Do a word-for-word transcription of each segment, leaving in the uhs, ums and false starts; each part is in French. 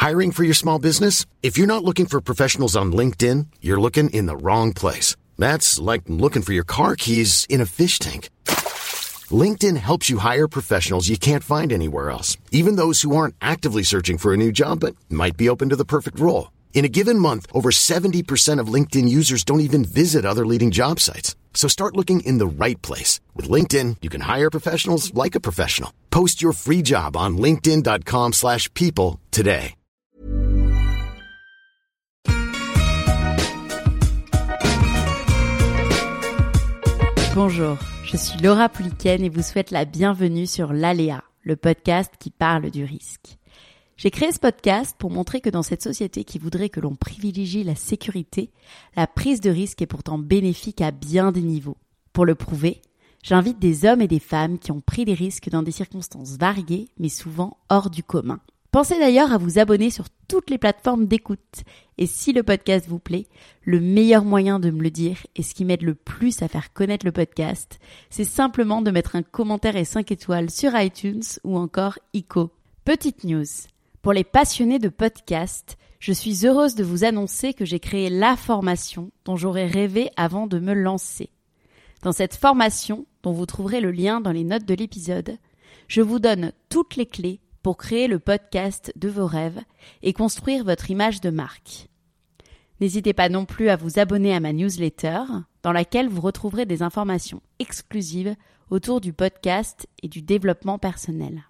Hiring for your small business? If you're not looking for professionals on LinkedIn, you're looking in the wrong place. That's like looking for your car keys in a fish tank. LinkedIn helps you hire professionals you can't find anywhere else, even those who aren't actively searching for a new job but might be open to the perfect role. In a given month, over seventy percent of LinkedIn users don't even visit other leading job sites. So start looking in the right place. With LinkedIn, you can hire professionals like a professional. Post your free job on linkedin.com slash people today. Bonjour, je suis Laura Pouliken et vous souhaite la bienvenue sur l'Aléa, le podcast qui parle du risque. J'ai créé ce podcast pour montrer que dans cette société qui voudrait que l'on privilégie la sécurité, la prise de risque est pourtant bénéfique à bien des niveaux. Pour le prouver, j'invite des hommes et des femmes qui ont pris des risques dans des circonstances variées, mais souvent hors du commun. Pensez d'ailleurs à vous abonner sur toutes les plateformes d'écoute. Et si le podcast vous plaît, le meilleur moyen de me le dire et ce qui m'aide le plus à faire connaître le podcast, c'est simplement de mettre un commentaire et cinq étoiles sur iTunes ou encore I C O. Petite news. Pour les passionnés de podcast, je suis heureuse de vous annoncer que j'ai créé la formation dont j'aurais rêvé avant de me lancer. Dans cette formation, dont vous trouverez le lien dans les notes de l'épisode, je vous donne toutes les clés pour créer le podcast de vos rêves et construire votre image de marque. N'hésitez pas non plus à vous abonner à ma newsletter, dans laquelle vous retrouverez des informations exclusives autour du podcast et du développement personnel.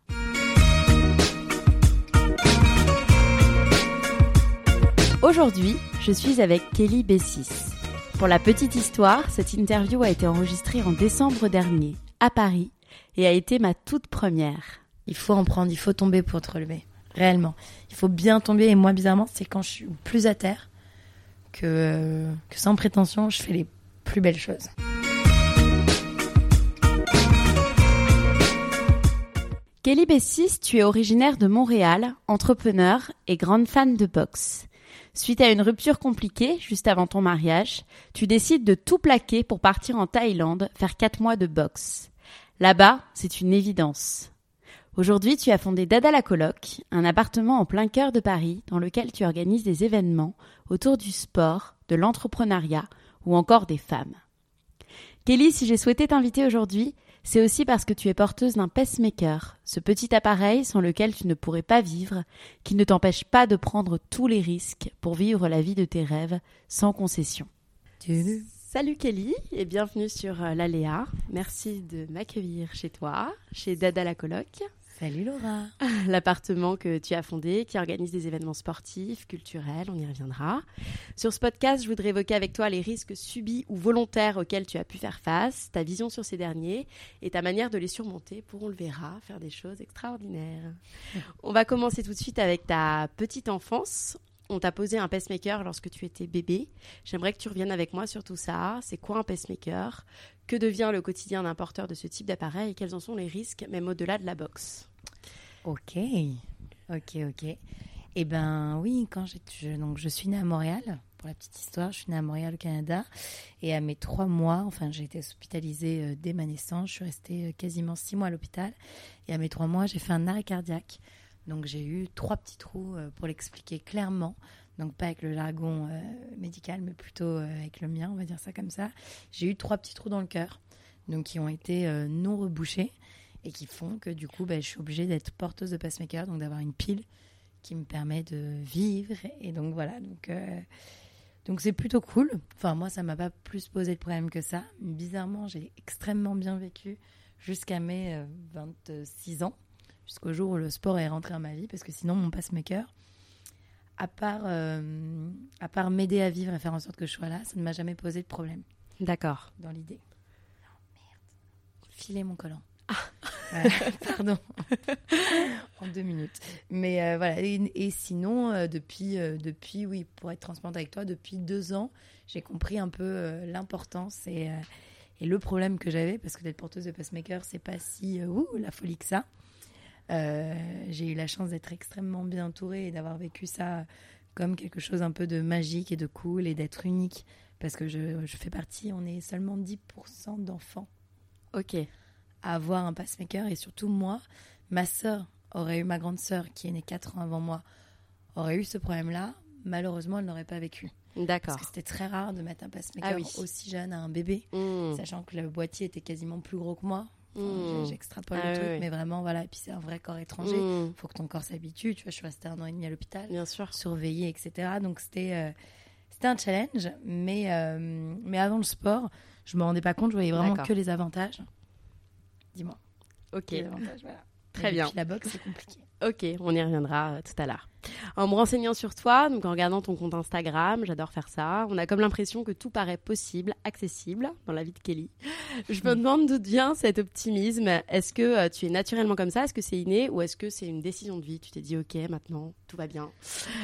Aujourd'hui, je suis avec Kelly Bessis. Pour la petite histoire, cette interview a été enregistrée en décembre dernier, à Paris, et a été ma toute première. Il faut en prendre, il faut tomber pour te relever. Réellement. Il faut bien tomber. Et moi, bizarrement, c'est quand je suis plus à terre que, euh, que sans prétention, je fais les plus belles choses. Kelly Bessis, tu es originaire de Montréal, entrepreneur et grande fan de boxe. Suite à une rupture compliquée, juste avant ton mariage, tu décides de tout plaquer pour partir en Thaïlande faire quatre mois de boxe. Là-bas, c'est une évidence. Aujourd'hui, tu as fondé Dada la Coloc, un appartement en plein cœur de Paris dans lequel tu organises des événements autour du sport, de l'entrepreneuriat ou encore des femmes. Kelly, si j'ai souhaité t'inviter aujourd'hui, c'est aussi parce que tu es porteuse d'un pacemaker, ce petit appareil sans lequel tu ne pourrais pas vivre, qui ne t'empêche pas de prendre tous les risques pour vivre la vie de tes rêves sans concession. Salut Kelly et bienvenue sur l'Aléa. Merci de m'accueillir chez toi, chez Dada la Coloc. Salut Laura. L'appartement que tu as fondé, qui organise des événements sportifs, culturels, on y reviendra. Sur ce podcast, je voudrais évoquer avec toi les risques subis ou volontaires auxquels tu as pu faire face, ta vision sur ces derniers et ta manière de les surmonter pour, on le verra, faire des choses extraordinaires. On va commencer tout de suite avec ta petite enfance. On t'a posé un pacemaker lorsque tu étais bébé. J'aimerais que tu reviennes avec moi sur tout ça. C'est quoi un pacemaker ? Que devient le quotidien d'un porteur de ce type d'appareil et quels en sont les risques, même au-delà de la boxe ? Ok, ok, ok. Eh ben oui, quand j'ai, je, donc je suis née à Montréal. Pour la petite histoire, je suis née à Montréal, au Canada. Et à mes trois mois, enfin j'ai été hospitalisée euh, dès ma naissance. Je suis restée euh, quasiment six mois à l'hôpital. Et à mes trois mois, j'ai fait un arrêt cardiaque. Donc j'ai eu trois petits trous euh, pour l'expliquer clairement. Donc pas avec le jargon euh, médical, mais plutôt euh, avec le mien, on va dire ça comme ça. J'ai eu trois petits trous dans le cœur, donc qui ont été euh, non rebouchés et qui font que du coup, bah, je suis obligée d'être porteuse de pacemaker, donc d'avoir une pile qui me permet de vivre. Et donc voilà, donc, euh, donc c'est plutôt cool. Enfin moi, ça m'a pas plus posé de problème que ça. Bizarrement, j'ai extrêmement bien vécu jusqu'à mes euh, vingt-six ans. Jusqu'au jour où le sport est rentré dans ma vie, parce que sinon, mon pacemaker, à part, euh, à part m'aider à vivre et faire en sorte que je sois là, ça ne m'a jamais posé de problème. D'accord. Dans l'idée. Oh, merde. Filer mon collant. Ah. Euh, pardon. En deux minutes. Mais euh, voilà. Et, et sinon, euh, depuis, euh, depuis, oui, pour être transparente avec toi, depuis deux ans, j'ai compris un peu euh, l'importance et, euh, et le problème que j'avais, parce que d'être porteuse de pacemaker, c'est pas si euh, ouh, la folie que ça. Euh, j'ai eu la chance d'être extrêmement bien entourée et d'avoir vécu ça comme quelque chose un peu de magique et de cool et d'être unique, parce que je, je fais partie, on est seulement dix pour cent d'enfants ok. à avoir un pacemaker. Et surtout moi, ma sœur aurait eu, ma grande sœur qui est née quatre ans avant moi aurait eu ce problème-là, malheureusement, elle n'aurait pas vécu. D'accord. Parce que c'était très rare de mettre un pacemaker Ah oui. aussi jeune à un bébé, Mmh. sachant que le boîtier était quasiment plus gros que moi. Enfin, Mmh. J'extrapole Ah le truc, oui. mais vraiment, voilà. Et puis, c'est un vrai corps étranger. Mmh. Faut que ton corps s'habitue. Tu vois, je suis restée un an et demi à l'hôpital, Bien sûr. surveillée, et cetera. Donc, c'était, euh, c'était un challenge. Mais, euh, mais avant le sport, je me rendais pas compte. Je voyais vraiment D'accord. que les avantages. Dis-moi. Ok. Les avantages, voilà. Très Et bien. puis, la boxe, c'est compliqué. Ok, on y reviendra euh, tout à l'heure. En me renseignant sur toi, donc en regardant ton compte Instagram, j'adore faire ça, on a comme l'impression que tout paraît possible, accessible dans la vie de Kelly. Je me demande d'où vient cet optimisme. Est-ce que euh, tu es naturellement comme ça? Est-ce que c'est inné ou est-ce que c'est une décision de vie? Tu t'es dit ok, maintenant tout va bien,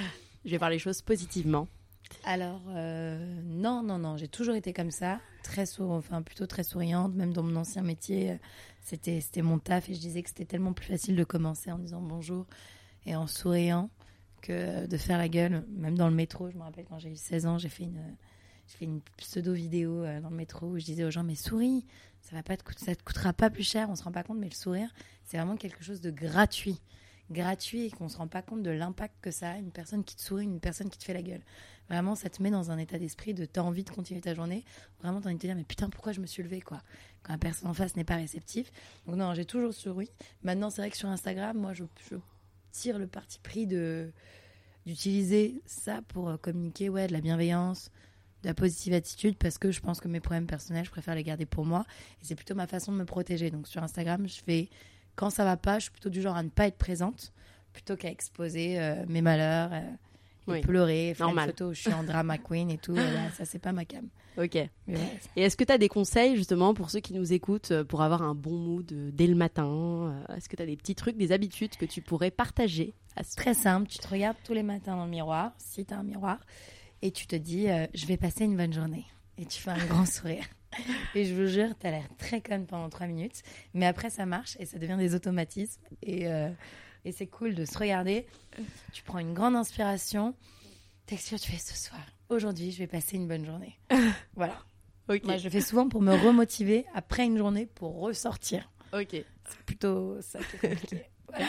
je vais voir les choses positivement. Alors, euh, non, non, non, j'ai toujours été comme ça, très sour- enfin, plutôt très souriante, même dans mon ancien métier, euh, c'était, c'était mon taf et je disais que c'était tellement plus facile de commencer en disant bonjour et en souriant que de faire la gueule, même dans le métro. Je me rappelle quand j'ai eu seize ans, j'ai fait une, j'ai fait une pseudo-vidéo euh, dans le métro où je disais aux gens, mais souris, ça va pas te coûter, ça te coûtera pas plus cher, on se rend pas compte, mais le sourire, c'est vraiment quelque chose de gratuit. gratuit et qu'on ne se rend pas compte de l'impact que ça a, une personne qui te sourit, une personne qui te fait la gueule. Vraiment, ça te met dans un état d'esprit de t'as envie de continuer ta journée. Vraiment, t'as envie de te dire, mais putain, pourquoi je me suis levée, quoi, quand la personne en face n'est pas réceptive. Donc non, j'ai toujours souri. Maintenant, c'est vrai que sur Instagram, moi, je, je tire le parti pris de, d'utiliser ça pour communiquer, ouais, de la bienveillance, de la positive attitude, parce que je pense que mes problèmes personnels, je préfère les garder pour moi. Et c'est plutôt ma façon de me protéger. Donc sur Instagram, je fais... Quand ça va pas, je suis plutôt du genre à ne pas être présente, plutôt qu'à exposer euh, mes malheurs, euh, et Oui. pleurer, faire Normal. une photo où je suis en drama queen et tout. euh, là, ça, c'est pas ma cam. Ok. Mais ouais. Et est-ce que tu as des conseils justement pour ceux qui nous écoutent euh, pour avoir un bon mood euh, dès le matin? Euh, Est-ce que tu as des petits trucs, des habitudes que tu pourrais partager à ce... Très simple, tu te regardes tous les matins dans le miroir, si tu as un miroir, et tu te dis, euh, je vais passer une bonne journée. Et tu fais un grand sourire. Et je vous jure, tu as l'air très conne pendant trois minutes, mais après ça marche et ça devient des automatismes. Et, euh, et c'est cool de se regarder. Tu prends une grande inspiration. Texture, tu fais ce soir. Aujourd'hui, je vais passer une bonne journée. Voilà. Ok. Moi, je le fais souvent pour me remotiver après une journée pour ressortir. Ok. C'est plutôt ça qui est compliqué. Voilà.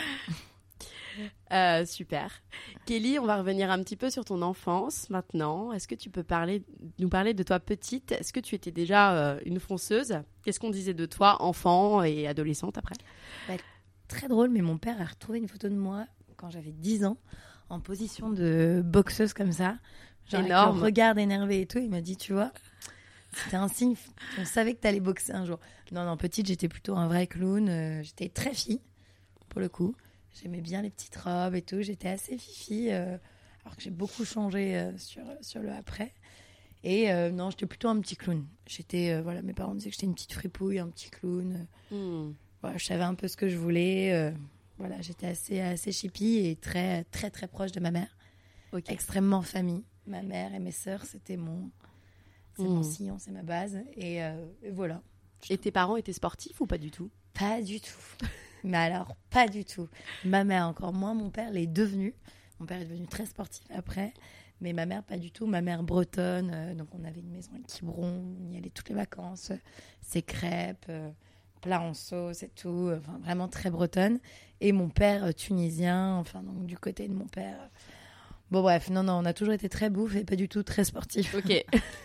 Euh, super. Kelly, on va revenir un petit peu sur ton enfance maintenant. Est-ce que tu peux parler, nous parler de toi petite? Est-ce que tu étais déjà euh, une fonceuse? Qu'est-ce qu'on disait de toi, enfant et adolescente après? Bah, très drôle, mais mon père a retrouvé une photo de moi quand j'avais dix ans, en position de boxeuse comme ça. Genre Énorme. avec le regard énervé et tout. Il m'a dit, tu vois, c'était un signe. On savait que t'allais boxer un jour. Non, non, petite, j'étais plutôt un vrai clown. Euh, j'étais très fille, pour le coup. J'aimais bien les petites robes et tout. J'étais assez fifi, euh, alors que j'ai beaucoup changé euh, sur, sur le après. Et euh, non, j'étais plutôt un petit clown. J'étais, euh, voilà, mes parents disaient que j'étais une petite fripouille, un petit clown. Hmm. Voilà, je savais un peu ce que je voulais. euh, voilà, j'étais assez, assez chippie et très, très, très proche de ma mère. Ok. Extrêmement famille. Ma mère et mes sœurs, c'était mon, c'est mon Mmh. sillon, c'est ma base. Et, euh, et voilà. Et tes parents étaient sportifs ou pas du tout? Pas du tout. Mais alors, pas du tout. Ma mère, encore moins. Mon père l'est devenu. Mon père est devenu très sportif après. Mais ma mère, pas du tout. Ma mère bretonne. euh, donc, on avait une maison à Quiberon. On y allait toutes les vacances. Ses crêpes, euh, plats en sauce et tout. Enfin, vraiment très bretonne. Et mon père, euh, tunisien. Enfin, donc, du côté de mon père. euh, Bon, bref. Non, non, on a toujours été très bouffe et pas du tout très sportif. Ok.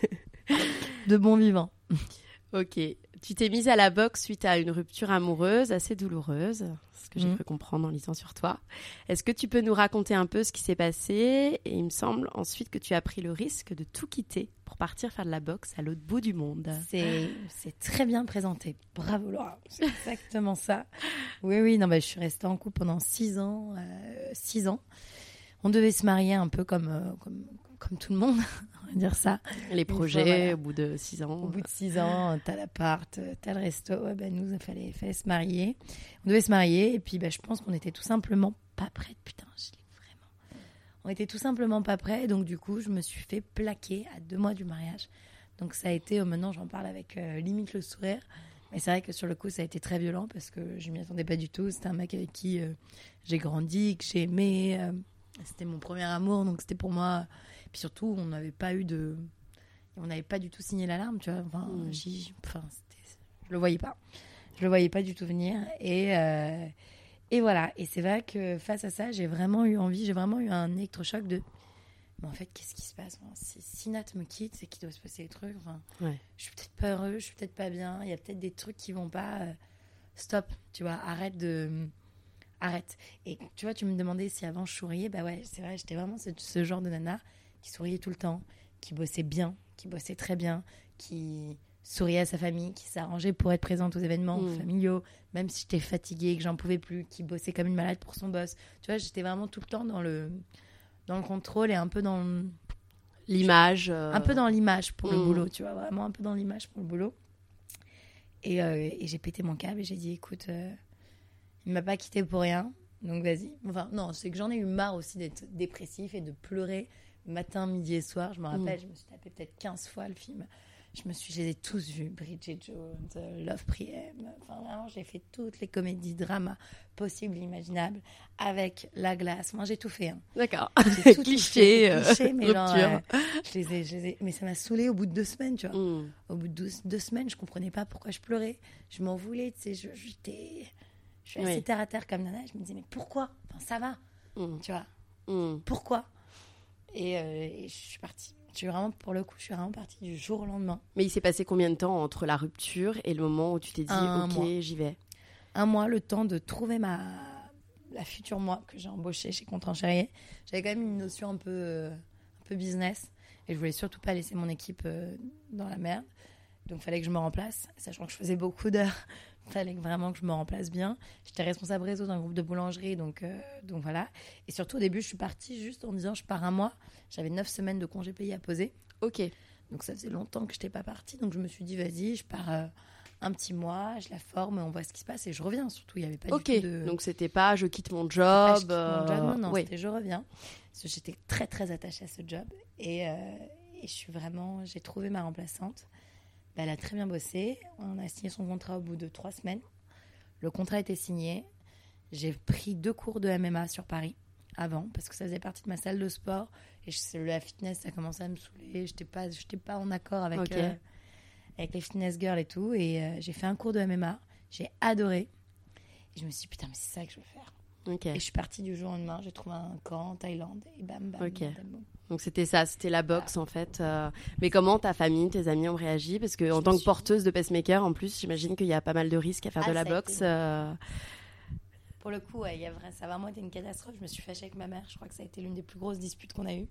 De bon vivant. Ok. Tu t'es mise à la boxe suite à une rupture amoureuse assez douloureuse, ce que j'ai Mhm. cru comprendre en lisant sur toi. Est-ce que tu peux nous raconter un peu ce qui s'est passé? Et il me semble ensuite que tu as pris le risque de tout quitter pour partir faire de la boxe à l'autre bout du monde. C'est, c'est très bien présenté. Bravo Laura, c'est exactement ça. Oui, oui, non, bah, je suis restée en couple pendant six ans. Euh, six ans. On devait se marier un peu comme, euh, comme, comme tout le monde, on va dire ça. Les fois, projets voilà. au bout de six ans. Au bout de six ans, t'as l'appart, t'as le resto. Ouais, bah, nous, il fallait, fallait se marier. On devait se marier et puis bah, je pense qu'on était tout simplement pas prêts. Putain, je l'ai vraiment. On était tout simplement pas prêts. Donc du coup, je me suis fait plaquer à deux mois du mariage. Donc ça a été, euh, maintenant j'en parle avec euh, limite le sourire. Mais c'est vrai que sur le coup, ça a été très violent parce que je m'y attendais pas du tout. C'était un mec avec qui euh, j'ai grandi, que j'ai aimé. euh, c'était mon premier amour, donc c'était pour moi. Puis surtout, on n'avait pas eu de. On n'avait pas du tout signé l'alarme, tu vois. Enfin, Mmh. j'y- enfin c'était... je le voyais pas. Je le voyais pas du tout venir. Et, euh, Et voilà. Et c'est vrai que face à ça, j'ai vraiment eu envie, j'ai vraiment eu un électrochoc de. Mais en fait, qu'est-ce qui se passe? Enfin, si, si Nat me quitte, c'est qu'il doit se passer des trucs. Enfin, ouais. Je suis peut-être pas heureux, je suis peut-être pas bien. Il y a peut-être des trucs qui vont pas. Euh, stop, tu vois. Arrête de. Arrête. Et tu vois, tu me demandais si avant je souriais. Bah ouais, c'est vrai, j'étais vraiment ce, ce genre de nana qui souriait tout le temps, qui bossait bien, qui bossait très bien, qui souriait à sa famille, qui s'arrangeait pour être présente aux événements mmh. familiaux, même si j'étais fatiguée, que j'en pouvais plus, qui bossait comme une malade pour son boss. Tu vois, j'étais vraiment tout le temps dans le, dans le contrôle et un peu dans l'image. Euh... Un peu dans l'image pour mmh. le boulot, tu vois, vraiment un peu dans l'image pour le boulot. Et, euh, et j'ai pété mon câble et j'ai dit, écoute, euh, il m'a pas quitté pour rien, donc vas-y. Enfin, non, c'est que j'en ai eu marre aussi d'être dépressif et de pleurer matin, midi et soir. Je me rappelle, mmh. je me suis tapé peut-être quinze fois le film. Je me suis, je les ai tous vus, Bridget Jones, Love Priem. Enfin, vraiment, j'ai fait toutes les comédies, dramas possibles et imaginables avec la glace. Moi, j'ai tout fait. Hein. D'accord. Tout cliché, euh, cliché, mais rupture. Genre, euh, je les ai, je les ai, mais ça m'a saoulée au bout de deux semaines, tu vois. Mm. Au bout de deux, deux semaines, je comprenais pas pourquoi je pleurais. Je m'en voulais, tu sais. Je, j'étais, je suis assez oui. terre à terre comme nana. Je me disais, mais pourquoi? Enfin, ça va, mm. tu vois. Mm. Pourquoi? Et, euh, et je suis partie. Je suis vraiment, pour le coup, je suis vraiment partie du jour au lendemain. Mais il s'est passé combien de temps entre la rupture et le moment où tu t'es dit, un ok, mois. j'y vais? Un mois, le temps de trouver ma la future moi que j'ai embauchée chez Contrat Chéri. J'avais quand même une notion un peu, euh, un peu business et je voulais surtout pas laisser mon équipe euh, dans la merde. Donc, il fallait que je me remplace, sachant que je faisais beaucoup d'heures. Il fallait vraiment que je me remplace bien. J'étais responsable réseau d'un groupe de boulangerie, donc, euh, donc voilà. Et surtout, au début, je suis partie juste en disant je pars un mois. J'avais neuf semaines de congés payés à poser. Ok. Donc, ça faisait longtemps que je n'étais pas partie. Donc, je me suis dit, vas-y, je pars euh, un petit mois, je la forme, on voit ce qui se passe et je reviens. Surtout, il n'y avait pas okay. du tout de... Donc, c'était pas je quitte mon job. Pas, je quitte mon job, non, non oui. c'était je reviens. Parce que j'étais très, très attachée à ce job. Et, euh, et je suis vraiment... J'ai trouvé ma remplaçante. Ben, elle a très bien bossé. On a signé son contrat au bout de trois semaines. Le contrat était signé. J'ai pris deux cours de M M A sur Paris avant parce que ça faisait partie de ma salle de sport. Et je, la fitness, ça commençait à me saouler. Je n'étais pas, j'étais pas en accord avec, okay. euh, avec les fitness girls et tout. Et euh, j'ai fait un cours de M M A. J'ai adoré. Et je me suis dit, putain, mais c'est ça que je veux faire. Okay. Et je suis partie du jour au lendemain. J'ai trouvé un camp en Thaïlande. Et bam, bam, okay. bam, bam. Donc c'était ça, c'était la boxe ah. en fait. Euh, mais comment ta famille, tes amis ont réagi? Parce qu'en tant que suis... porteuse de pacemaker, en plus, j'imagine qu'il y a pas mal de risques à faire ah, de la boxe. Été... Euh... Pour le coup, ouais, y a vrai... ça a vraiment été une catastrophe. Je me suis fâchée avec ma mère. Je crois que ça a été l'une des plus grosses disputes qu'on a eues.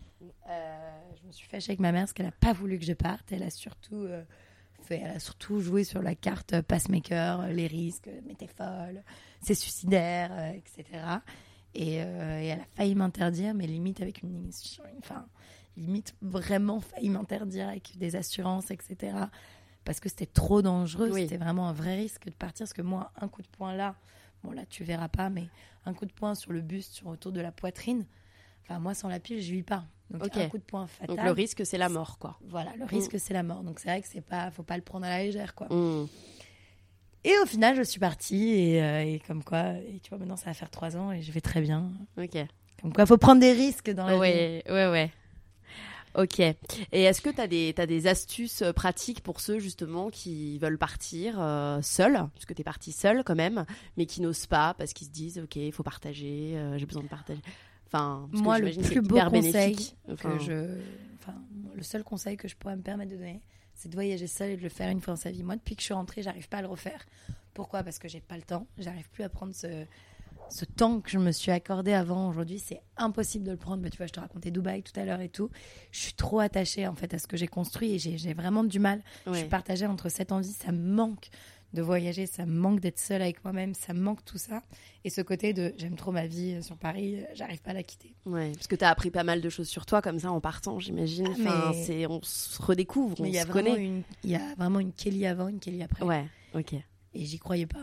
Euh, je me suis fâchée avec ma mère parce qu'elle n'a pas voulu que je parte. Elle a surtout, euh, fait... Elle a surtout joué sur la carte pacemaker, les risques, mais t'es folle, c'est suicidaire, euh, et cetera. Et, euh, et elle a failli m'interdire, mais limite avec une, enfin, limite vraiment failli m'interdire avec des assurances, et cetera. Parce que c'était trop dangereux, oui. C'était vraiment un vrai risque de partir. Parce que moi, un coup de poing là, bon là tu verras pas, mais un coup de poing sur le buste, sur autour de la poitrine, enfin moi sans la pile, je vis pas. Donc okay. Un coup de poing fatal. Donc le risque c'est la mort, quoi. Voilà, le risque mmh. c'est la mort. Donc c'est vrai que c'est pas, faut pas le prendre à la légère, quoi. Mmh. Et au final, je suis partie et, euh, et comme quoi, et tu vois, maintenant ça va faire trois ans et je vais très bien. Ok. Comme quoi, il faut prendre des risques dans la ouais, vie. Ouais, ouais. Ok. Et est-ce que tu as des, t'as des astuces pratiques pour ceux justement qui veulent partir euh, seuls, parce que tu es partie seule quand même, mais qui n'osent pas parce qu'ils se disent, ok, il faut partager, euh, j'ai besoin de partager. Enfin, parce moi, que le plus beau conseil que enfin... je, enfin, le seul conseil que je pourrais me permettre de donner, c'est de voyager seule et de le faire une fois dans sa vie. Moi, depuis que je suis rentrée, j'arrive pas à le refaire. Pourquoi ? Parce que j'ai pas le temps. J'arrive plus à prendre ce, ce temps que je me suis accordé avant. Aujourd'hui, c'est impossible de le prendre. Mais tu vois, je te racontais Dubaï tout à l'heure et tout. Je suis trop attachée en fait à ce que j'ai construit et j'ai, j'ai vraiment du mal. Ouais. Je suis partagée entre cette envie. Ça me manque de voyager, ça me manque d'être seule avec moi-même, ça me manque tout ça. Et ce côté de j'aime trop ma vie sur Paris, j'arrive pas à la quitter. Ouais, parce que tu as appris pas mal de choses sur toi comme ça en partant, j'imagine. Ah, enfin, mais... c'est, on se redécouvre, on se connaît. Il y a vraiment une Kelly avant, une Kelly après. Ouais, ok. Et j'y croyais pas.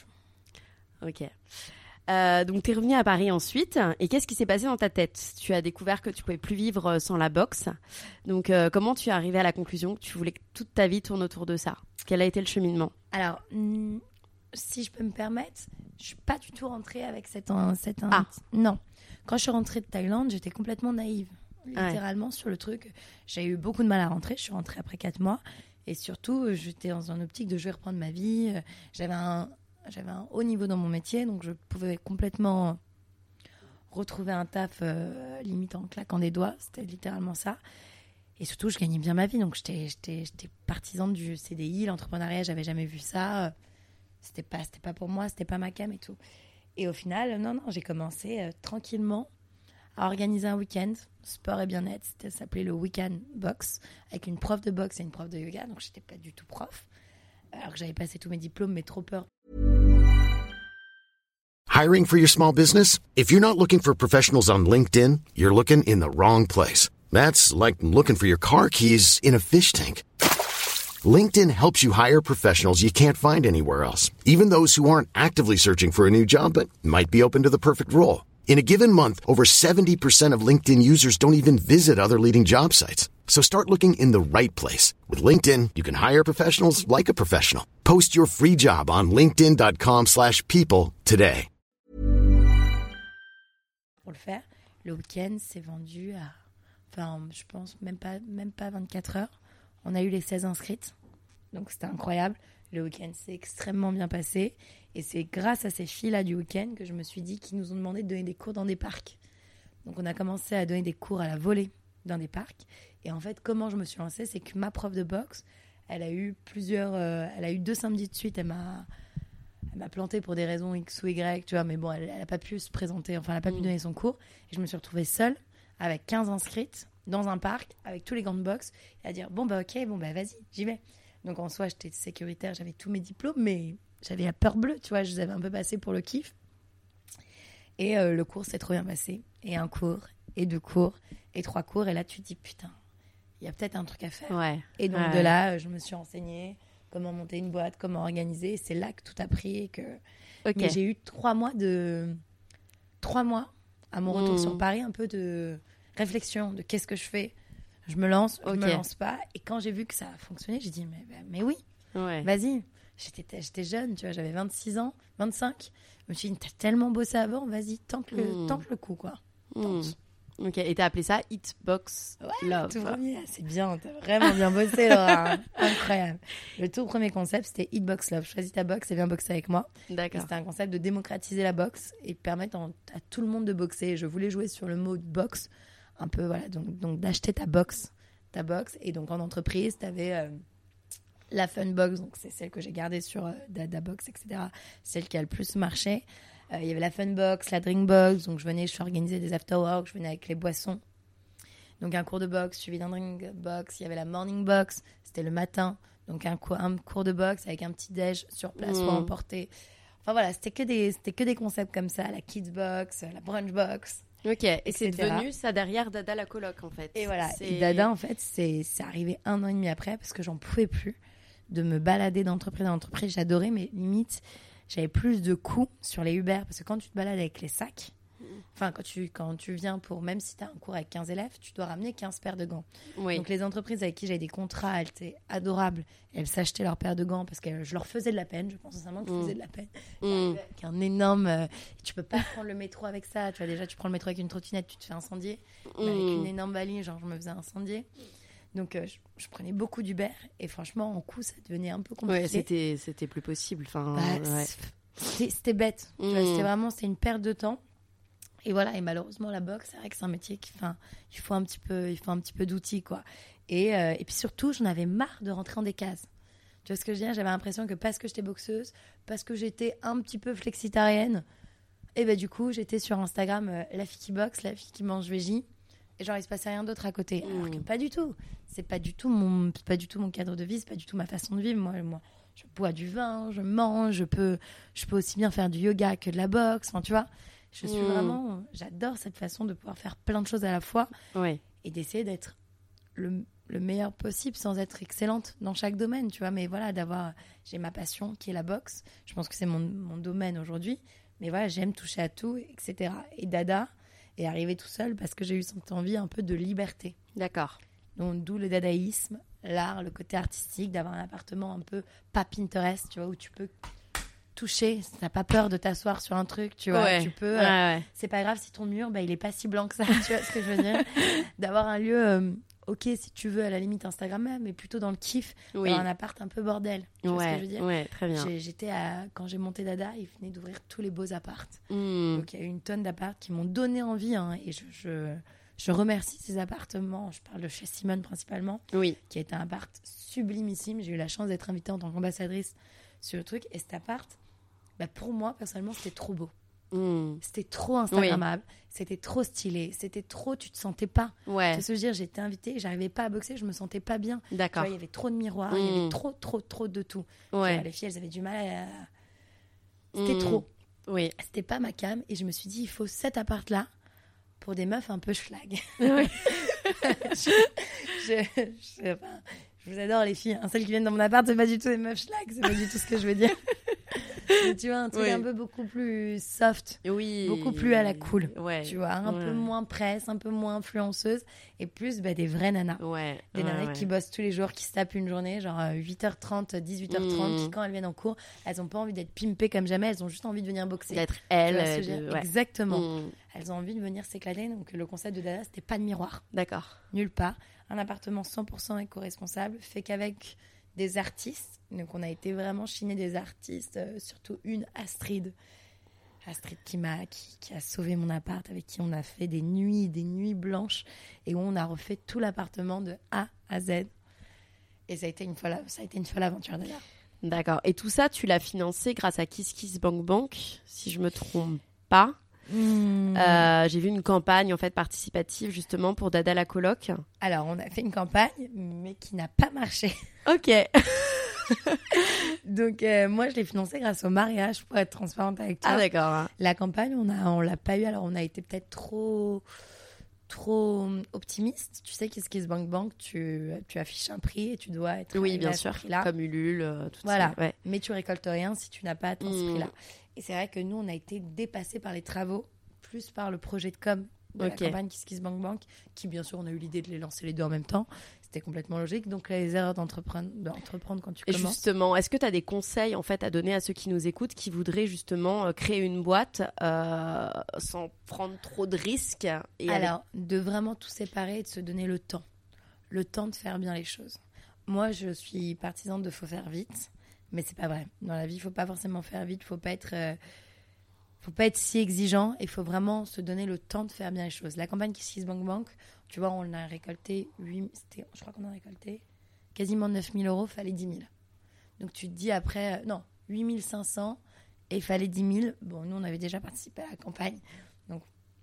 Hein. Ok. Euh, donc, tu es revenue à Paris ensuite. Et qu'est-ce qui s'est passé dans ta tête ? Tu as découvert que tu pouvais plus vivre sans la boxe. Donc, euh, comment tu es arrivée à la conclusion que tu voulais que toute ta vie tourne autour de ça ? Quel a été le cheminement ? Alors, mm, si je peux me permettre, je suis pas du tout rentrée avec cette... cette ah. Non. Quand je suis rentrée de Thaïlande, j'étais complètement naïve. Littéralement, ouais. Sur le truc. J'ai eu beaucoup de mal à rentrer. Je suis rentrée après quatre mois. Et surtout, j'étais dans une optique de je vais reprendre ma vie. J'avais un... j'avais un haut niveau dans mon métier, donc je pouvais complètement retrouver un taf euh, limite en claquant des doigts. C'était littéralement ça. Et surtout, je gagnais bien ma vie. Donc, j'étais, j'étais, j'étais partisane du C D I, l'entrepreneuriat. J'avais jamais vu ça. C'était pas, c'était pas pour moi, c'était pas ma cam et tout. Et au final, non, non, j'ai commencé euh, tranquillement à organiser un week-end, sport et bien-être. C'était, ça s'appelait le Weekend Box, avec une prof de boxe et une prof de yoga. Donc, j'étais pas du tout prof. Alors que j'avais passé tous mes diplômes, mais trop peur. Hiring for your small business? If you're not looking for professionals on LinkedIn, you're looking in the wrong place. That's like looking for your car keys in a fish tank. LinkedIn helps you hire professionals you can't find anywhere else, even those who aren't actively searching for a new job but might be open to the perfect role. In a given month, over seventy percent of LinkedIn users don't even visit other leading job sites. So start looking in the right place. With LinkedIn, you can hire professionals like a professional. Post your free job on linkedin.com slash people today. Pour le faire, le week-end s'est vendu à, enfin, je pense même pas, même pas vingt-quatre heures. On a eu les seize inscrites, donc c'était incroyable. Le week-end s'est extrêmement bien passé. Et c'est grâce à ces filles-là du week-end que je me suis dit qu'ils nous ont demandé de donner des cours dans des parcs. Donc on a commencé à donner des cours à la volée dans des parcs. Et en fait, comment je me suis lancée, c'est que ma prof de boxe, elle a eu plusieurs, euh, elle a eu deux samedis de suite. Elle m'a, elle m'a plantée pour des raisons X ou Y, tu vois. Mais bon, elle, elle a pas pu se présenter, enfin, elle a pas mmh. pu donner son cours. Et je me suis retrouvée seule avec quinze inscrites dans un parc avec tous les gants de boxe et à dire bon bah ok, bon bah vas-y, j'y vais. Donc en soi, j'étais sécuritaire, j'avais tous mes diplômes, mais j'avais la peur bleue, tu vois, je les avais un peu passés pour le kiff. Et euh, le cours s'est trop bien passé. Et un cours, et deux cours, et trois cours. Et là, tu te dis, putain, il y a peut-être un truc à faire. Ouais. Et donc, ouais. de là, je me suis renseignée, comment monter une boîte, comment organiser. Et c'est là que tout a pris. Et que... okay. Mais j'ai eu trois mois de... Trois mois, à mon retour mmh. sur Paris, un peu de réflexion, de qu'est-ce que je fais. Je me lance, okay. je me lance pas. Et quand j'ai vu que ça a fonctionné, j'ai dit, mais, mais oui, ouais. vas-y. J'étais, j'étais jeune, tu vois, j'avais vingt-six ans, vingt-cinq. Je me suis dit, t'as tellement bossé avant, vas-y, tente le, mmh. tente le coup, quoi. Tente. Mmh. Ok, et t'as appelé ça Hitbox ouais, Love. Tout premier, c'est bien, t'as vraiment bien bossé, Laura. Incroyable. Le tout premier concept, c'était Hitbox Love. Choisis ta boxe et viens boxer avec moi. D'accord. Et c'était un concept de démocratiser la boxe et permettre en, à tout le monde de boxer. Je voulais jouer sur le mot boxe, un peu, voilà, donc, donc d'acheter ta boxe, ta boxe. Et donc en entreprise, t'avais... Euh, la Fun Box, donc c'est celle que j'ai gardée sur euh, Dada Box, et cetera. Celle qui a le plus marché. Euh, il y avait la Fun Box, la Drink Box. Donc je venais, je organisais des after-work, je venais avec les boissons. Donc un cours de boxe suivi d'un Drink Box. Il y avait la Morning Box, c'était le matin. Donc un cours, un cours de boxe avec un petit déj sur place mmh. ou à emporter. Enfin voilà, c'était que, des, c'était que des concepts comme ça. La Kids Box, la Brunch Box. Ok, et c'est devenu ça derrière Dada la coloc en fait. Et voilà, c'est... et Dada en fait, c'est, c'est arrivé un an et demi après parce que j'en pouvais plus de me balader d'entreprise en entreprise. J'adorais, mais limite, j'avais plus de coûts sur les Uber parce que quand tu te balades avec les sacs, enfin, quand tu, quand tu viens pour, même si tu as un cours avec quinze élèves, tu dois ramener quinze paires de gants. Oui. Donc, les entreprises avec qui j'avais des contrats, elles étaient adorables. Elles s'achetaient leurs paires de gants parce que je leur faisais de la peine. Je pense sincèrement que je faisais de la peine. Mmh. Avec un énorme... Euh, tu peux pas prendre le métro avec ça. Tu vois, déjà, tu prends le métro avec une trottinette, tu te fais incendier. Mmh. Mais avec une énorme valise, genre, je me faisais incendier. Donc, euh, je, je prenais beaucoup d'Uber. Et franchement, en coût, ça devenait un peu compliqué. Ouais, c'était, c'était plus possible. Enfin, bah, ouais. c'était, c'était bête. Mmh. Tu vois, c'était vraiment c'était une perte de temps. Et voilà, et malheureusement, la boxe, c'est vrai que c'est un métier qui, enfin, il faut un petit peu, il faut un petit peu d'outils, quoi. Et, euh, et puis surtout, j'en avais marre de rentrer dans des cases. Tu vois ce que je veux dire ? J'avais l'impression que parce que j'étais boxeuse, parce que j'étais un petit peu flexitarienne, et ben du coup, j'étais sur Instagram, euh, la fille qui boxe, la fille qui mange végé, et genre, il se passait rien d'autre à côté. Mmh. Alors que pas du tout. C'est pas du tout mon, c'est pas du tout mon cadre de vie, c'est pas du tout ma façon de vivre. Moi, moi, je bois du vin, je mange, je peux, je peux aussi bien faire du yoga que de la boxe. Enfin, tu vois. Je suis mmh. vraiment... J'adore cette façon de pouvoir faire plein de choses à la fois ouais. et d'essayer d'être le, le meilleur possible sans être excellente dans chaque domaine, tu vois. Mais voilà, d'avoir... J'ai ma passion qui est la boxe. Je pense que c'est mon, mon domaine aujourd'hui. Mais voilà, j'aime toucher à tout, et cetera. Et Dada est arrivé tout seul parce que j'ai eu cette envie un peu de liberté. D'accord. Donc, d'où le dadaïsme, l'art, le côté artistique, d'avoir un appartement un peu pas Pinterest, tu vois, où tu peux... toucher, t'as pas peur de t'asseoir sur un truc, tu vois, ouais. tu peux, ouais, euh, ouais. c'est pas grave si ton mur, bah, il est pas si blanc que ça, tu vois ce que je veux dire, d'avoir un lieu euh, ok, si tu veux, à la limite Instagram, mais plutôt dans le kiff, Oui. dans un appart un peu bordel. Tu vois ce que Ouais, je veux dire? ouais, très bien. J'ai- J'étais à... Quand j'ai monté Dada, ils venaient d'ouvrir tous les beaux apparts. Mm. Donc il y a eu une tonne d'apparts qui m'ont donné envie. Hein, et je, je, je remercie ces appartements. Je parle de chez Simone principalement, Oui. qui est un appart sublimissime. J'ai eu la chance d'être invitée en tant qu'ambassadrice sur le truc. Et cet appart, bah, pour moi, personnellement, c'était trop beau. Mm. C'était trop Instagrammable. C'était trop stylé. C'était trop... Tu te sentais pas. Ouais, Tu vois ce que je veux dire? J'étais invitée, j'arrivais pas à boxer, je me sentais pas bien. Tu d'accord. vois, il y avait trop de miroirs, il y avait Mm. trop, trop, trop de tout. Tu Ouais. vois, les filles, elles avaient du mal à... C'était Mm. trop. Oui. C'était pas ma cam. Et je me suis dit, il faut cet appart-là pour des meufs un peu schlag. Oui. je, je, je, enfin, je vous adore, les filles. Hein. Celles qui viennent dans mon appart, c'est pas du tout des meufs schlag. C'est pas du tout ce que je veux dire. Mais tu vois, un truc Oui. un peu beaucoup plus soft. Oui. Beaucoup plus à la cool. Ouais. Tu vois, un Ouais. peu moins presse, un peu moins influenceuse. Et plus bah, des vraies nanas. Ouais. Des ouais, nanas ouais. qui bossent tous les jours, qui se tapent une journée, genre euh, huit heures trente, dix-huit heures trente, Mm. qui quand elles viennent en cours, elles ont pas envie d'être pimpées comme jamais, elles ont juste envie de venir boxer. D'être Tu elle. vois ce que euh, je veux de- dire? ouais. Exactement. Mm. Elles ont envie de venir s'éclater. Donc le concept de Dada, c'était pas de miroir, D'accord. nulle part. Un appartement cent pour cent éco-responsable, fait qu'avec des artistes. Donc on a été vraiment chiné des artistes, euh, surtout une, Astrid. Astrid qui m'a, qui, qui a sauvé mon appart, avec qui on a fait des nuits, des nuits blanches, et où on a refait tout l'appartement de A à Z. Et ça a été une folle, ça a été une folle aventure d'ailleurs. D'accord. Et tout ça, tu l'as financé grâce à Kiss Kiss Bank Bank, si je me trompe pas. Mmh. Euh, j'ai vu une campagne en fait participative justement pour Dada la coloc. Alors on a fait une campagne, mais qui n'a pas marché. Ok. Donc euh, moi je l'ai financée grâce au mariage, pour être transparente avec toi. Ah d'accord. La campagne, on a, on l'a pas eu. Alors, on a été peut-être trop, trop optimiste. Tu sais, qu'est-ce Kiss Bank Bank, tu, tu affiches un prix et tu dois être Oui, arrivé bien à ce sûr. prix-là. Comme Ulule, euh, tout Voilà. ça. Ouais. Mais tu récoltes rien si tu n'as pas atteint ce Mm. prix-là. Et c'est vrai que nous, on a été dépassés par les travaux, plus par le projet de com de Ok. la campagne Kiss Kiss Bank Bank, qui bien sûr, on a eu l'idée de les lancer les deux en même temps. C'était complètement logique. Donc, les erreurs d'entreprendre, d'entreprendre quand tu Et commences. justement, est-ce que tu as des conseils en fait à donner à ceux qui nous écoutent, qui voudraient justement euh, créer une boîte euh, sans prendre trop de risques et avec- Alors, de vraiment tout séparer et de se donner le temps. Le temps de faire bien les choses. Moi, je suis partisane de faut faire vite, mais c'est pas vrai. Dans la vie, il faut pas forcément faire vite, faut pas être, euh, faut pas être si exigeant et il faut vraiment se donner le temps de faire bien les choses. La campagne Kiss Kiss Bank Bank, tu vois, on a récolté, huit, c'était, je crois qu'on a récolté quasiment neuf mille euros, fallait dix mille. Donc tu te dis après, euh, non, huit mille cinq cents et il fallait dix mille. Bon, nous, on avait déjà participé à la campagne. Donc,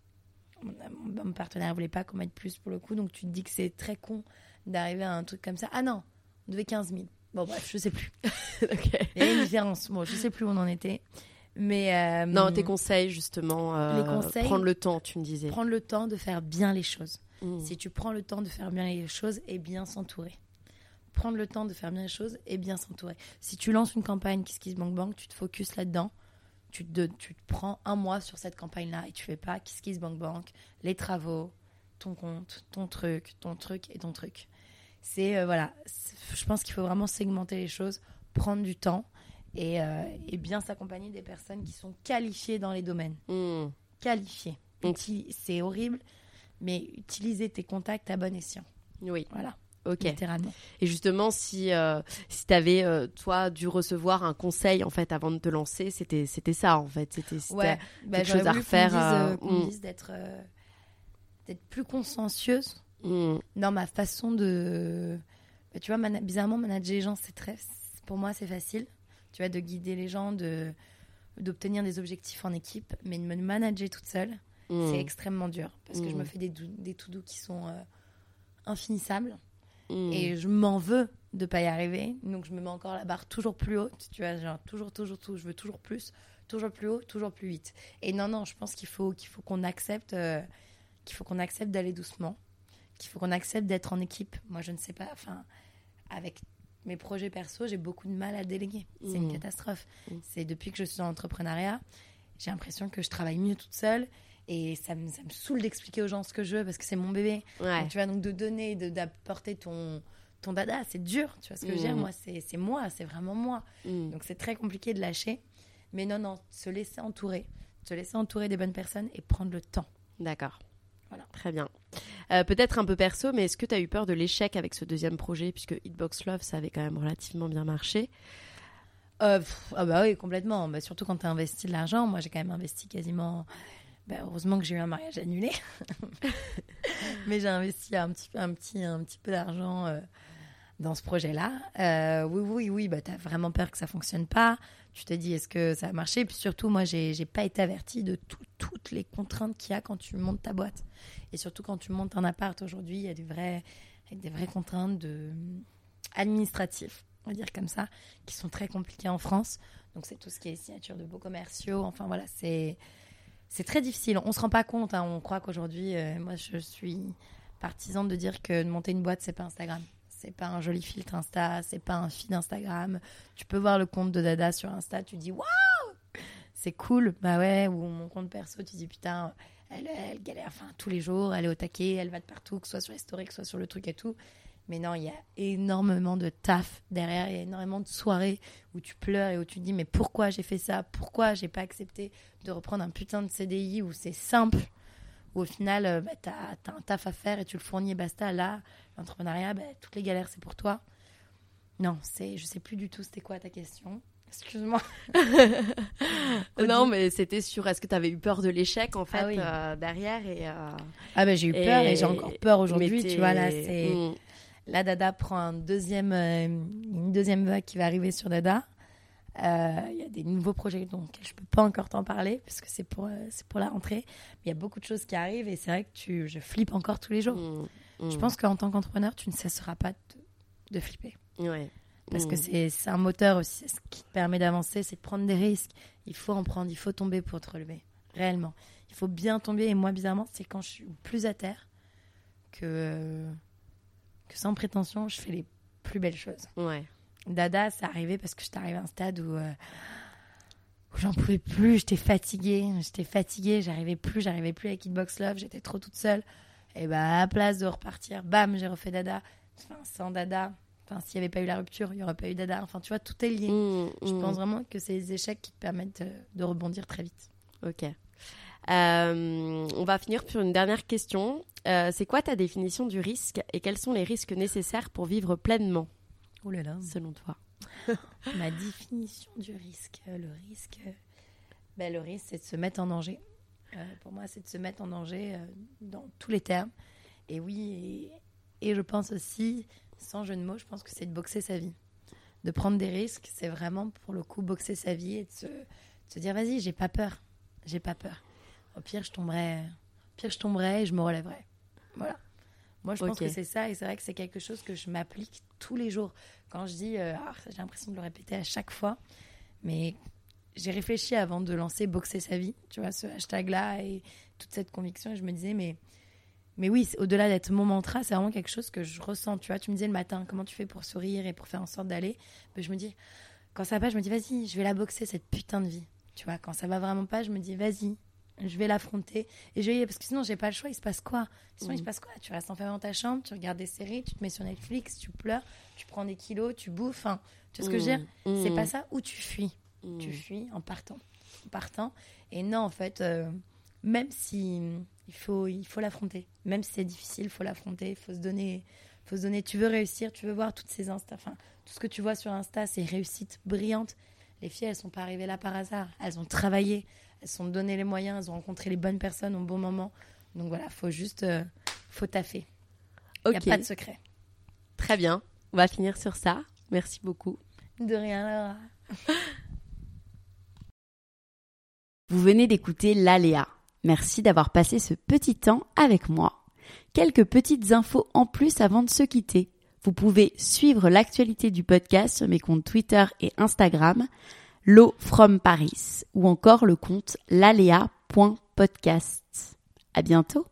mon, mon partenaire voulait pas qu'on mette plus pour le coup. Donc tu te dis que c'est très con d'arriver à un truc comme ça. Ah non, on devait quinze mille. Bon, bref, je sais plus. Ok. Il y a une différence. Bon, je sais plus où on en était. Mais euh, Non, tes conseils justement. euh, Les conseils, Prendre le temps, tu me disais. prendre le temps de faire bien les choses. Mm. Si tu prends le temps de faire bien les choses et bien s'entourer. Prendre le temps de faire bien les choses et bien s'entourer. Si tu lances une campagne Kiss Kiss Bank Bank, tu te focuses là-dedans. Tu te, tu te prends un mois sur cette campagne-là et tu fais pas Kiss Kiss Bank Bank, les travaux, ton compte, ton truc, ton truc et ton truc. C'est, euh, voilà, c'est- je pense qu'il faut vraiment segmenter les choses, prendre du temps et, euh, et bien s'accompagner des personnes qui sont qualifiées dans les domaines. Mm. Qualifiées. Mm. Uti- c'est horrible, mais utiliser tes contacts à bon escient. Oui. Voilà, Ok. littéralement. Et justement, si, euh, si tu avais, toi, dû recevoir un conseil, en fait, avant de te lancer, c'était, c'était ça, en fait. C'était, c'était Ouais, bah, quelque j'aurais chose à voulu refaire, qu'on me dise, euh, euh, qu'on me mm. dise d'être, euh, d'être plus consciencieuse Mm. dans ma façon de... Bah, tu vois, mana- bizarrement, manager les gens, c'est très... c'est- pour moi, c'est facile. Tu vois, de guider les gens, de... d'obtenir des objectifs en équipe. Mais de me manager toute seule, Mm. c'est extrêmement dur. Parce que je Mm. me fais des, dou- des to-do qui sont euh, infinissables. Mm. Et je m'en veux de pas y arriver. Donc, je me mets encore la barre toujours plus haute. Tu vois, genre, toujours, toujours, toujours. Je veux toujours plus. Toujours plus haut, toujours plus vite. Et non, non, je pense qu'il faut, qu'il faut qu'on accepte... euh, qu'il faut qu'on accepte d'aller doucement, qu'il faut qu'on accepte d'être en équipe. Moi, je ne sais pas, enfin, avec mes projets perso, j'ai beaucoup de mal à déléguer. C'est Mmh. une catastrophe. Mmh. C'est depuis que je suis dans l'entrepreneuriat, j'ai l'impression que je travaille mieux toute seule et ça me, ça me saoule d'expliquer aux gens ce que je veux parce que c'est mon bébé. Ouais. Donc, tu vois, donc de donner, de, d'apporter ton, ton dada, c'est dur. Tu vois ce que je veux dire? Mmh. Moi, c'est, c'est moi, c'est vraiment moi. Mm. Donc, c'est très compliqué de lâcher. Mais non, non, se laisser entourer. Se laisser entourer des bonnes personnes et prendre le temps. D'accord. Voilà. Très bien. Euh, peut-être un peu perso, mais est-ce que tu as eu peur de l'échec avec ce deuxième projet, puisque Hitbox Love, ça avait quand même relativement bien marché? euh, pff, ah bah oui, complètement. Bah, surtout quand tu as investi de l'argent. Moi, j'ai quand même investi quasiment... Bah, heureusement que j'ai eu un mariage annulé. Mais j'ai investi un petit, un petit, un petit peu d'argent euh, dans ce projet-là. Euh, oui, oui, oui. Bah, tu as vraiment peur que ça ne fonctionne pas. Tu te dis, est-ce que ça va marcher? Puis surtout, moi, j'ai, j'ai pas été avertie de tout, toutes les contraintes qu'il y a quand tu montes ta boîte. Et surtout, quand tu montes un appart aujourd'hui, il y a des vraies, des vraies contraintes de, administratives, on va dire comme ça, qui sont très compliquées en France. Donc, c'est tout ce qui est signature de beaux commerciaux. Enfin, voilà, c'est, c'est très difficile. On ne se rend pas compte. Hein. On croit qu'aujourd'hui, euh, moi, je suis partisane de dire que de monter une boîte, c'est pas Instagram. C'est pas un joli filtre Insta, c'est pas un feed Instagram. Tu peux voir le compte de Dada sur Insta, tu dis waouh, c'est cool. Bah ouais, ou mon compte perso, tu dis putain, elle, elle galère enfin, tous les jours, elle est au taquet, elle va de partout, que ce soit sur les stories, que ce soit sur le truc et tout. Mais non, il y a énormément de taf derrière, il y a énormément de soirées où tu pleures et où tu te dis mais pourquoi j'ai fait ça? Pourquoi j'ai pas accepté de reprendre un putain de C D I où c'est simple? Où au final, euh, bah, tu as un taf à faire et tu le fournis et basta. Là, l'entrepreneuriat, bah, toutes les galères, c'est pour toi. Non, c'est, je sais plus du tout c'était quoi ta question. Excuse-moi. Non, mais c'était sur est-ce que tu avais eu peur de l'échec, en fait, ah oui. euh, derrière et, euh... Ah ben, j'ai eu peur et, et j'ai encore peur aujourd'hui. Tu vois, là, c'est... Mmh. Là, Dada prend un deuxième, euh, une deuxième vague qui va arriver sur Dada. Il euh, y a des nouveaux projets dont je ne peux pas encore t'en parler puisque c'est pour, euh, c'est pour la rentrée. Mais il y a beaucoup de choses qui arrivent et c'est vrai que tu, je flippe encore tous les jours. Mmh, mmh. Je pense qu'en tant qu'entrepreneur, tu ne cesseras pas de, de flipper. Ouais. Parce mmh. que c'est, c'est un moteur aussi. C'est ce qui te permet d'avancer, c'est de prendre des risques. Il faut en prendre, il faut tomber pour te relever. Réellement. Il faut bien tomber. Et moi, bizarrement, c'est quand je suis plus à terre que, euh, que sans prétention, je fais les plus belles choses. Ouais. Dada, c'est arrivé parce que j'étais arrivée à un stade où, euh, où j'en pouvais plus, j'étais fatiguée, j'étais fatiguée, j'arrivais plus, j'arrivais plus avec Hitbox Love, j'étais trop toute seule. Et bah, à la place de repartir, bam, j'ai refait Dada. Enfin, sans Dada, enfin, s'il n'y avait pas eu la rupture, il n'y aurait pas eu Dada. Enfin, tu vois, tout est lié. Mmh, Je mmh. pense vraiment que c'est les échecs qui te permettent de rebondir très vite. Ok. Euh, on va finir sur une dernière question. Euh, c'est quoi ta définition du risque et quels sont les risques nécessaires pour vivre pleinement? Oh là là. Selon toi. Ma définition du risque. Le risque, ben, le risque, c'est de se mettre en danger. Euh, pour moi, c'est de se mettre en danger euh, dans tous les termes. Et oui, et, et je pense aussi, sans jeu de mots, je pense que c'est de boxer sa vie. De prendre des risques, c'est vraiment pour le coup boxer sa vie et de se, de se dire, vas-y, j'ai pas peur. J'ai pas peur. Au pire, je tomberai, au pire, je tomberai et je me relèverai. Voilà. Moi, je pense okay. que c'est ça, et c'est vrai que c'est quelque chose que je m'applique tous les jours. Quand je dis, euh, ah, j'ai l'impression de le répéter à chaque fois, mais j'ai réfléchi avant de lancer Boxer sa vie, tu vois, ce hashtag-là et toute cette conviction, et je me disais, mais, mais oui, au-delà d'être mon mantra, c'est vraiment quelque chose que je ressens, tu vois. Tu me disais le matin, comment tu fais pour sourire et pour faire en sorte d'aller? Ben, je me dis, quand ça va pas, je me dis, vas-y, je vais la boxer, cette putain de vie. Tu vois, quand ça va vraiment pas, je me dis, vas-y, je vais l'affronter et je vais y aller parce que sinon j'ai pas le choix. Il se passe quoi? Sinon mmh. il se passe quoi? Tu restes enfermé dans ta chambre, tu regardes des séries, tu te mets sur Netflix, tu pleures, tu prends des kilos, tu bouffes. Enfin, tu vois ce que je veux dire? Mmh. C'est pas ça. Ou tu fuis. Mmh. Tu fuis en partant, en partant. Et non, en fait, euh, même si il faut, il faut l'affronter. Même si c'est difficile, il faut l'affronter. Il faut se donner, faut se donner. Tu veux réussir, tu veux voir toutes ces Insta. Enfin, tout ce que tu vois sur Insta, c'est réussite brillante. Les filles, elles sont pas arrivées là par hasard. Elles ont travaillé. Elles se sont donné les moyens, elles ont rencontré les bonnes personnes au bon moment. Donc voilà, faut juste, euh, faut taffer. Il okay. n'y a pas de secret. Très bien, on va finir sur ça. Merci beaucoup. De rien, Laura. Vous venez d'écouter l'Aléa. Merci d'avoir passé ce petit temps avec moi. Quelques petites infos en plus avant de se quitter. Vous pouvez suivre l'actualité du podcast sur mes comptes Twitter et Instagram, Lo from Paris, ou encore le compte lalea point podcast. À bientôt.